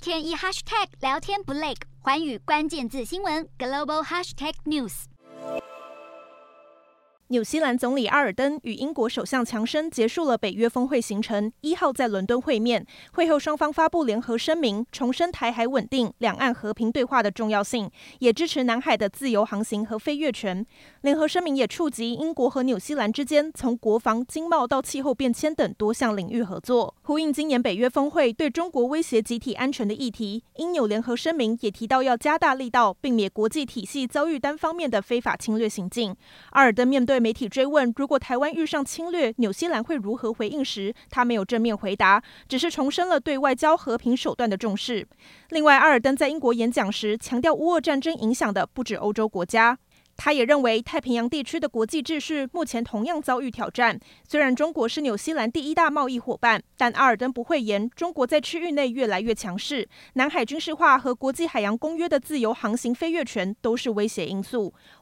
天一 hashtag 聊天不累，寰宇关键字新闻 global hashtag news。 纽西兰总理阿尔登与英国首相强生结束了北约峰会行程，1号在伦敦会面。会后双方发布联合声明，重申台海稳定、两岸和平对话的重要性，也支持南海的自由航行和飞越权。联合声明也触及英国和纽西兰之间从国防、经贸到气候变迁等多项领域合作。呼应今年北约峰会对中国威胁集体安全的议题，英纽联合声明也提到要加大力道，避免国际体系遭遇单方面的非法侵略行径。阿尔登面对媒体追问如果台湾遇上侵略，纽西兰会如何回应时，他没有正面回答，只是重申了对外交和平手段的重视。另外，阿尔登在英国演讲时强调，乌俄战争影响的不止欧洲国家。他也认为，太平洋地区的国际秩序目前同样遭遇挑战。虽然中国是纽西兰第1大贸易伙伴，但阿尔登不讳言，中国在区域内越来越强势，南海军事化和国际海洋公约的自由航行飞越权都是威胁因素。